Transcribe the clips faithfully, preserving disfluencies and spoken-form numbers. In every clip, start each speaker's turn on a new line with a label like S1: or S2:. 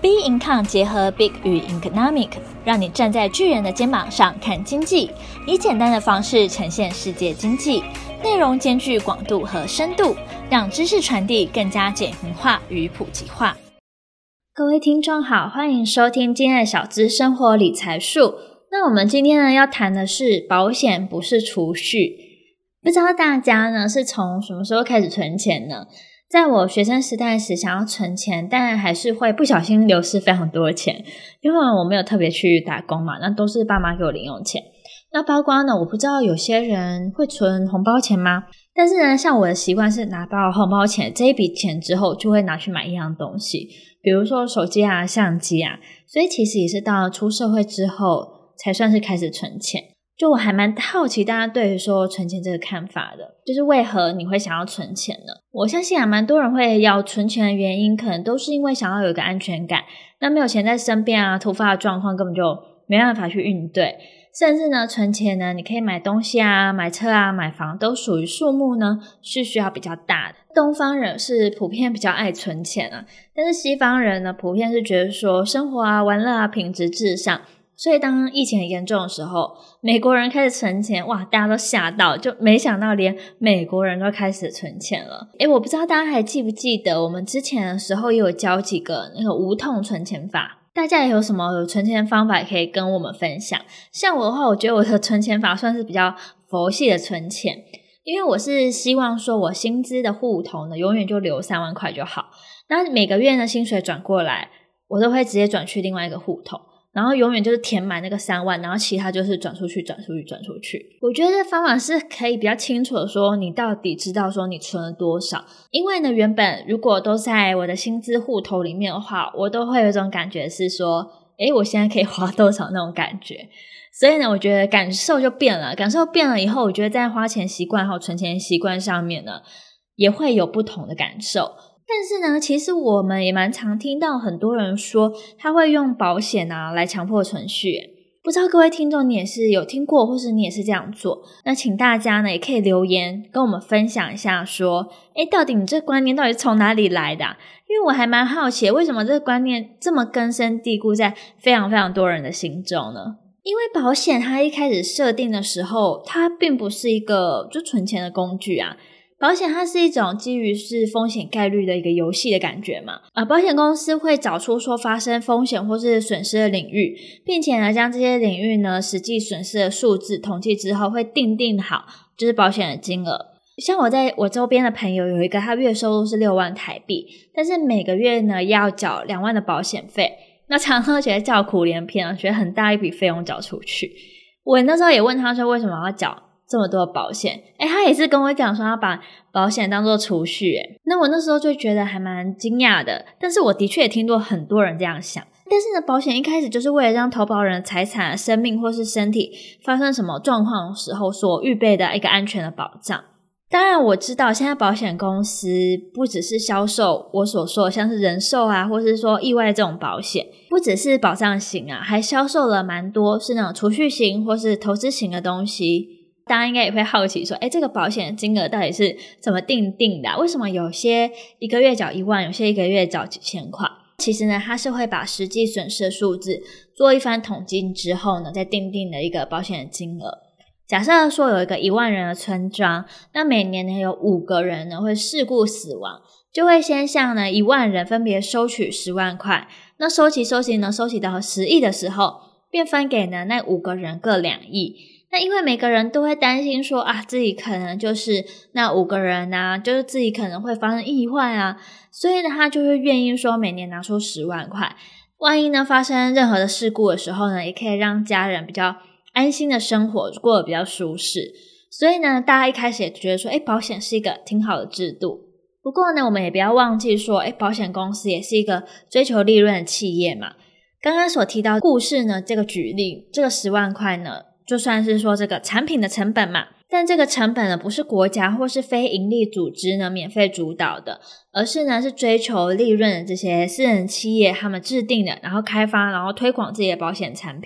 S1: B Income 结合 Big 与 Economic， 让你站在巨人的肩膀上看经济，以简单的方式呈现世界经济，内容兼具广度和深度，让知识传递更加简明化与普及化。各位听众好，欢迎收听今天的小资生活理财术。那我们今天呢要谈的是保险不是储蓄。不知道大家呢是从什么时候开始存钱呢？在我学生时代时想要存钱，但还是会不小心流失非常多的钱，因为我没有特别去打工嘛，那都是爸妈给我零用钱。那包括呢，我不知道有些人会存红包钱吗？但是呢，像我的习惯是拿到红包钱这一笔钱之后，就会拿去买一样东西，比如说手机啊、相机啊，所以其实也是到了出社会之后才算是开始存钱。就我还蛮好奇大家对于说存钱这个看法的，就是为何你会想要存钱呢？我相信啊，蛮多人会要存钱的原因，可能都是因为想要有一个安全感，那没有钱在身边啊，突发的状况根本就没办法去应对，甚至呢，存钱呢，你可以买东西啊、买车啊、买房，都属于数目呢是需要比较大的。东方人是普遍比较爱存钱啊，但是西方人呢，普遍是觉得说生活啊、玩乐啊、品质至上。所以当疫情很严重的时候，美国人开始存钱，哇，大家都吓到，就没想到连美国人都开始存钱了。诶，我不知道大家还记不记得我们之前的时候也有教几个那个无痛存钱法，大家也有什么有存钱方法可以跟我们分享。像我的话，我觉得我的存钱法算是比较佛系的存钱，因为我是希望说我薪资的户头呢永远就留三万块就好，那每个月呢薪水转过来，我都会直接转去另外一个户头，然后永远就是填满那个三万，然后其他就是转出去转出去转出去。我觉得这方法是可以比较清楚的说你到底知道说你存了多少，因为呢原本如果都在我的薪资户头里面的话，我都会有一种感觉是说诶我现在可以花多少那种感觉，所以呢我觉得感受就变了，感受变了以后，我觉得在花钱习惯和存钱习惯上面呢也会有不同的感受。但是呢，其实我们也蛮常听到很多人说他会用保险啊来强迫存续，不知道各位听众你也是有听过，或是你也是这样做，那请大家呢也可以留言跟我们分享一下说诶到底你这观念到底是从哪里来的啊？因为我还蛮好奇为什么这个观念这么根深蒂固在非常非常多人的心中呢？因为保险它一开始设定的时候，它并不是一个就存钱的工具啊，保险它是一种基于是风险概率的一个游戏的感觉嘛，啊，保险公司会找出说发生风险或是损失的领域，并且呢将这些领域呢实际损失的数字统计之后会订定好就是保险的金额。像我在我周边的朋友有一个，他月收入是六万台币，但是每个月呢要缴两万的保险费，那常常觉得叫苦连天，觉得很大一笔费用缴出去。我那时候也问他说为什么要缴这么多的保险，诶他也是跟我讲说他把保险当作储蓄，诶那我那时候就觉得还蛮惊讶的，但是我的确也听过很多人这样想。但是呢，保险一开始就是为了让投保人的财产、生命或是身体发生什么状况的时候所预备的一个安全的保障。当然我知道现在保险公司不只是销售我所说的像是人寿啊或是说意外这种保险，不只是保障型啊，还销售了蛮多是那种储蓄型或是投资型的东西。大家应该也会好奇说诶这个保险的金额到底是怎么定定的啊？为什么有些一个月缴一万，有些一个月缴几千块？其实呢它是会把实际损失的数字做一番统计之后呢再定定的一个保险的金额。假设说有一个一万人的村庄，那每年呢有五个人呢会事故死亡，就会先向呢一万人分别收取十万块，那收集收集呢收集到十亿的时候，便分给呢那五个人各两亿。那因为每个人都会担心说啊自己可能就是那五个人啊，就是自己可能会发生意外啊，所以呢他就会愿意说每年拿出十万块，万一呢发生任何的事故的时候呢，也可以让家人比较安心的生活过得比较舒适。所以呢大家一开始也觉得说诶保险是一个挺好的制度。不过呢我们也不要忘记说诶保险公司也是一个追求利润的企业嘛。刚刚所提到故事呢这个举例，这个十万块呢就算是说这个产品的成本嘛，但这个成本呢不是国家或是非营利组织呢免费主导的，而是呢是追求利润的这些私人企业他们制定的，然后开发然后推广自己的保险产品。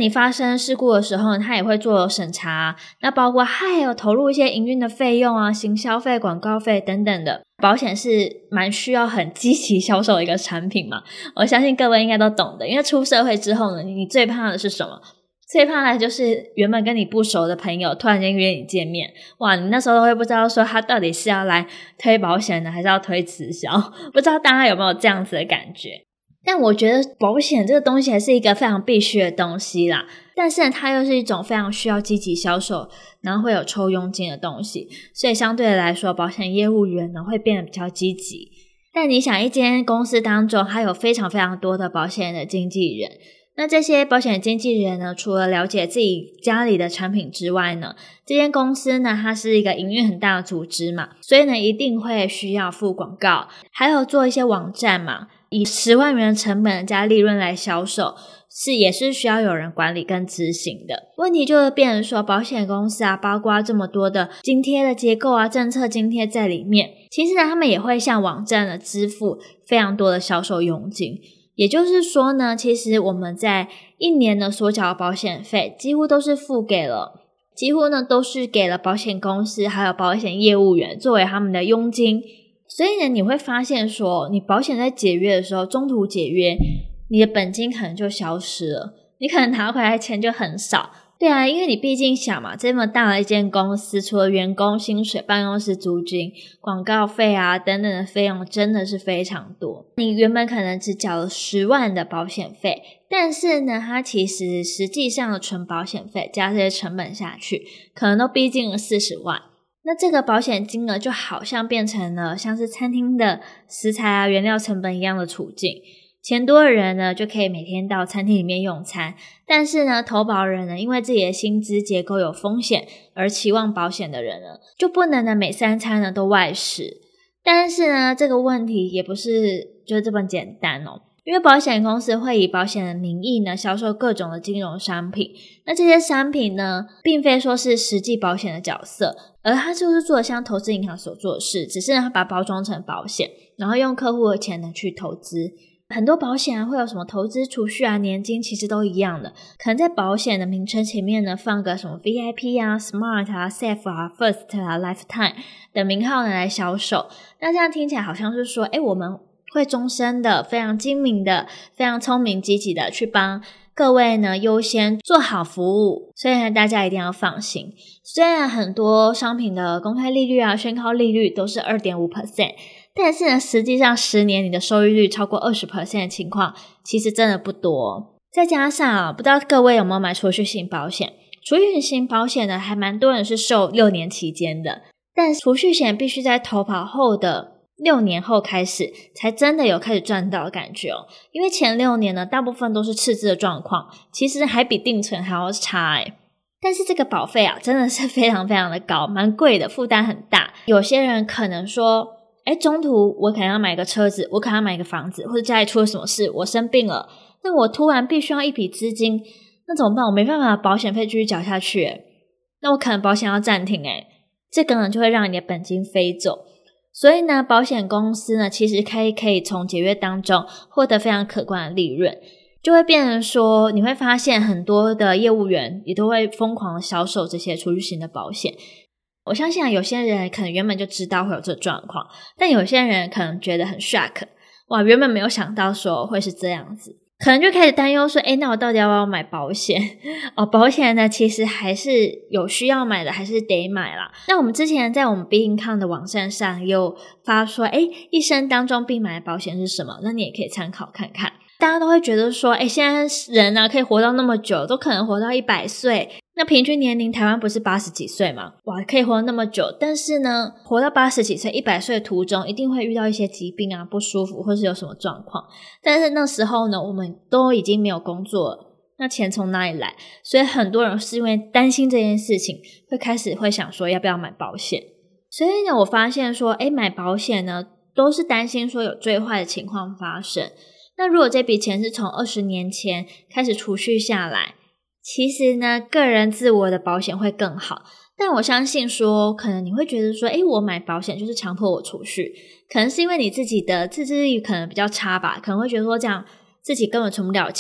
S1: 你发生事故的时候他也会做审查，那包括还有投入一些营运的费用啊、行销费、广告费等等的。保险是蛮需要很积极销售的一个产品嘛，我相信各位应该都懂的。因为出社会之后呢，你最怕的是什么？最怕的就是原本跟你不熟的朋友突然间约你见面，哇，你那时候都会不知道说他到底是要来推保险呢，还是要推直销，不知道大家有没有这样子的感觉。但我觉得保险这个东西还是一个非常必须的东西啦，但是呢它又是一种非常需要积极销售，然后会有抽佣金的东西，所以相对的来说保险业务员呢会变得比较积极。但你想，一间公司当中还有非常非常多的保险的经纪人，那这些保险经纪人呢，除了了解自己家里的产品之外呢，这间公司呢它是一个营运很大的组织嘛，所以呢一定会需要付广告，还有做一些网站嘛，以十万元的成本加利润来销售，是也是需要有人管理跟执行的。问题就会变成说，保险公司啊，包括这么多的津贴的结构啊、政策津贴在里面，其实呢他们也会向网站的支付非常多的销售佣金。也就是说呢，其实我们在一年的所缴的保险费几乎都是付给了几乎呢都是给了保险公司还有保险业务员作为他们的佣金。所以呢你会发现说，你保险在解约的时候，中途解约，你的本金可能就消失了，你可能拿回来钱就很少。对啊，因为你毕竟想嘛，这么大的一间公司，除了员工薪水、办公室租金、广告费啊等等的费用真的是非常多。你原本可能只缴了十万的保险费，但是呢它其实实际上的纯保险费加这些成本下去，可能都逼近了四十万。那这个保险金额就好像变成了像是餐厅的食材啊、原料成本一样的处境。钱多的人呢就可以每天到餐厅里面用餐，但是呢投保人呢因为自己的薪资结构有风险而期望保险的人呢就不能呢每三餐呢都外食。但是呢这个问题也不是就是这么简单哦，因为保险公司会以保险的名义呢销售各种的金融商品，那这些商品呢并非说是实际保险的角色，而它就是做像投资银行所做的事，只是呢它把它包装成保险，然后用客户的钱呢去投资。很多保险啊会有什么投资储蓄啊、年金，其实都一样的，可能在保险的名称前面呢放个什么 V I P 啊、Smart 啊、Safe 啊、First 啊、Lifetime 的名号呢来销售。那这样听起来好像是说，诶我们会终身的、非常精明的、非常聪明积极的去帮各位呢优先做好服务，所以呢大家一定要放心。虽然很多商品的公开利率啊、宣告利率都是 百分之二点五， 但是呢实际上十年你的收益率超过 百分之二十 的情况其实真的不多。再加上啊，不知道各位有没有买储蓄型保险，储蓄型保险呢还蛮多人是受六年期间的，但储蓄险必须在投保后的六年后开始才真的有开始赚到的感觉哦。因为前六年呢大部分都是赤字的状况，其实还比定存还要差诶。但是这个保费啊真的是非常非常的高，蛮贵的，负担很大。有些人可能说诶中途我可能要买个车子，我可能要买个房子，或者家里出了什么事，我生病了，那我突然必须要一笔资金，那怎么办？我没办法保险费继续缴下去诶，那我可能保险要暂停诶，这个呢就会让你的本金飞走。所以呢保险公司呢其实可以可以从解约当中获得非常可观的利润，就会变成说你会发现很多的业务员也都会疯狂的销售这些储蓄型的保险。我相信啊有些人可能原本就知道会有这个状况，但有些人可能觉得很 shock， 哇原本没有想到说会是这样子，可能就开始担忧说诶那我到底要不要买保险哦，保险呢其实还是有需要买的，还是得买啦。那我们之前在我们 Big Income 的网站上有发说诶一生当中必买的保险是什么，那你也可以参考看看。大家都会觉得说诶现在人呢、啊、可以活到那么久，都可能活到一百岁，那平均年龄台湾不是八十几岁吗？哇可以活那么久，但是呢活到八十几岁一百岁的途中一定会遇到一些疾病啊，不舒服或是有什么状况，但是那时候呢我们都已经没有工作了，那钱从哪里来？所以很多人是因为担心这件事情会开始会想说要不要买保险。所以呢我发现说诶买保险呢都是担心说有最坏的情况发生。那如果这笔钱是从二十年前开始储蓄下来，其实呢个人自我的保险会更好。但我相信说可能你会觉得说诶我买保险就是强迫我储蓄，可能是因为你自己的自制力可能比较差吧，可能会觉得说这样自己根本存不了钱，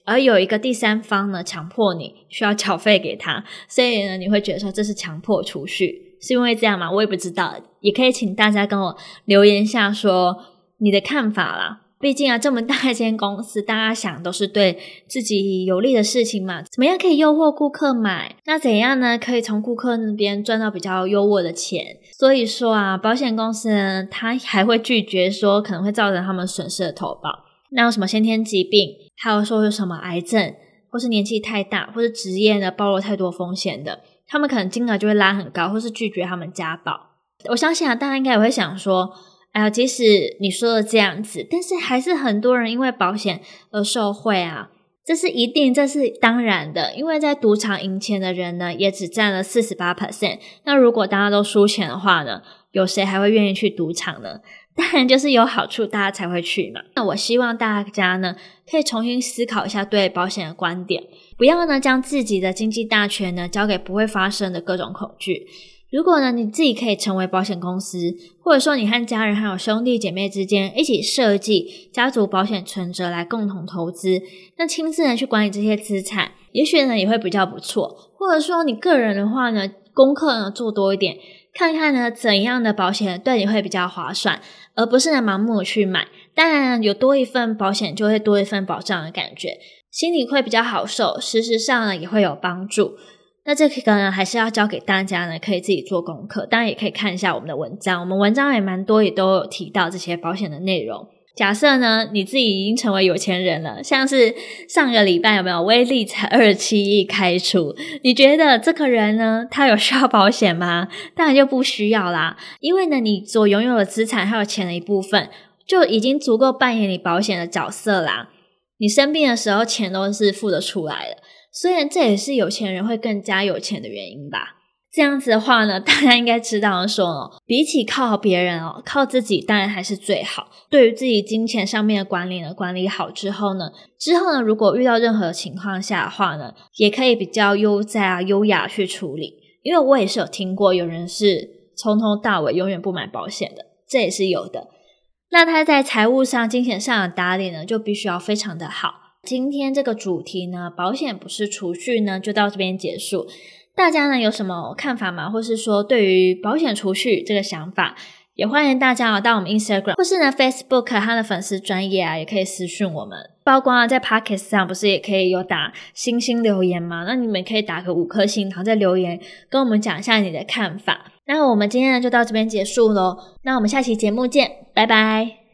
S1: 而有一个第三方呢强迫你需要缴费给他，所以呢你会觉得说这是强迫储蓄，是因为这样吗？我也不知道，也可以请大家跟我留言一下说你的看法啦。毕竟啊这么大一间公司，大家想都是对自己有利的事情嘛，怎么样可以诱惑顾客买，那怎样呢可以从顾客那边赚到比较优渥的钱。所以说啊保险公司呢他还会拒绝说可能会造成他们损失的投保，那有什么先天疾病，还有说有什么癌症，或是年纪太大，或是职业呢暴露太多风险的，他们可能金额就会拉很高，或是拒绝他们加保。我相信啊大家应该也会想说哎呀，即使你说的这样子，但是还是很多人因为保险而受惠啊，这是一定，这是当然的，因为在赌场赢钱的人呢也只占了 百分之四十八， 那如果大家都输钱的话呢，有谁还会愿意去赌场呢？当然就是有好处大家才会去嘛。那我希望大家呢可以重新思考一下对保险的观点，不要呢将自己的经济大权呢交给不会发生的各种恐惧。如果呢你自己可以成为保险公司，或者说你和家人还有兄弟姐妹之间一起设计家族保险存折来共同投资，那亲自呢去管理这些资产，也许呢也会比较不错。或者说你个人的话呢功课呢做多一点，看看呢怎样的保险对你会比较划算，而不是呢盲目的去买。当然有多一份保险就会多一份保障的感觉，心里会比较好受，事实上呢也会有帮助。那这个呢还是要交给大家呢可以自己做功课，当然也可以看一下我们的文章，我们文章也蛮多，也都有提到这些保险的内容。假设呢你自己已经成为有钱人了，像是上个礼拜有没有威力才二十七亿开出，你觉得这个人呢他有需要保险吗？当然就不需要啦，因为呢你所拥有的资产还有钱的一部分就已经足够扮演你保险的角色啦，你生病的时候钱都是付得出来的，虽然这也是有钱人会更加有钱的原因吧。这样子的话呢，大家应该知道说哦，比起靠别人哦，靠自己当然还是最好。对于自己金钱上面的管理呢，管理好之后呢，之后呢，如果遇到任何情况下的话呢，也可以比较悠哉啊、优雅去处理。因为我也是有听过有人是从头到尾永远不买保险的，这也是有的。那他在财务上、金钱上的打理呢，就必须要非常的好。今天这个主题呢，保险不是储蓄呢，就到这边结束。大家呢有什么看法吗？或是说对于保险储蓄这个想法，也欢迎大家啊到我们 Instagram 或是呢 Facebook 它的粉丝专页啊，也可以私讯我们。包括啊在 Podcast 上不是也可以有打星星留言吗？那你们可以打个五颗星，然后再留言跟我们讲一下你的看法。那我们今天呢就到这边结束咯，那我们下期节目见，拜拜。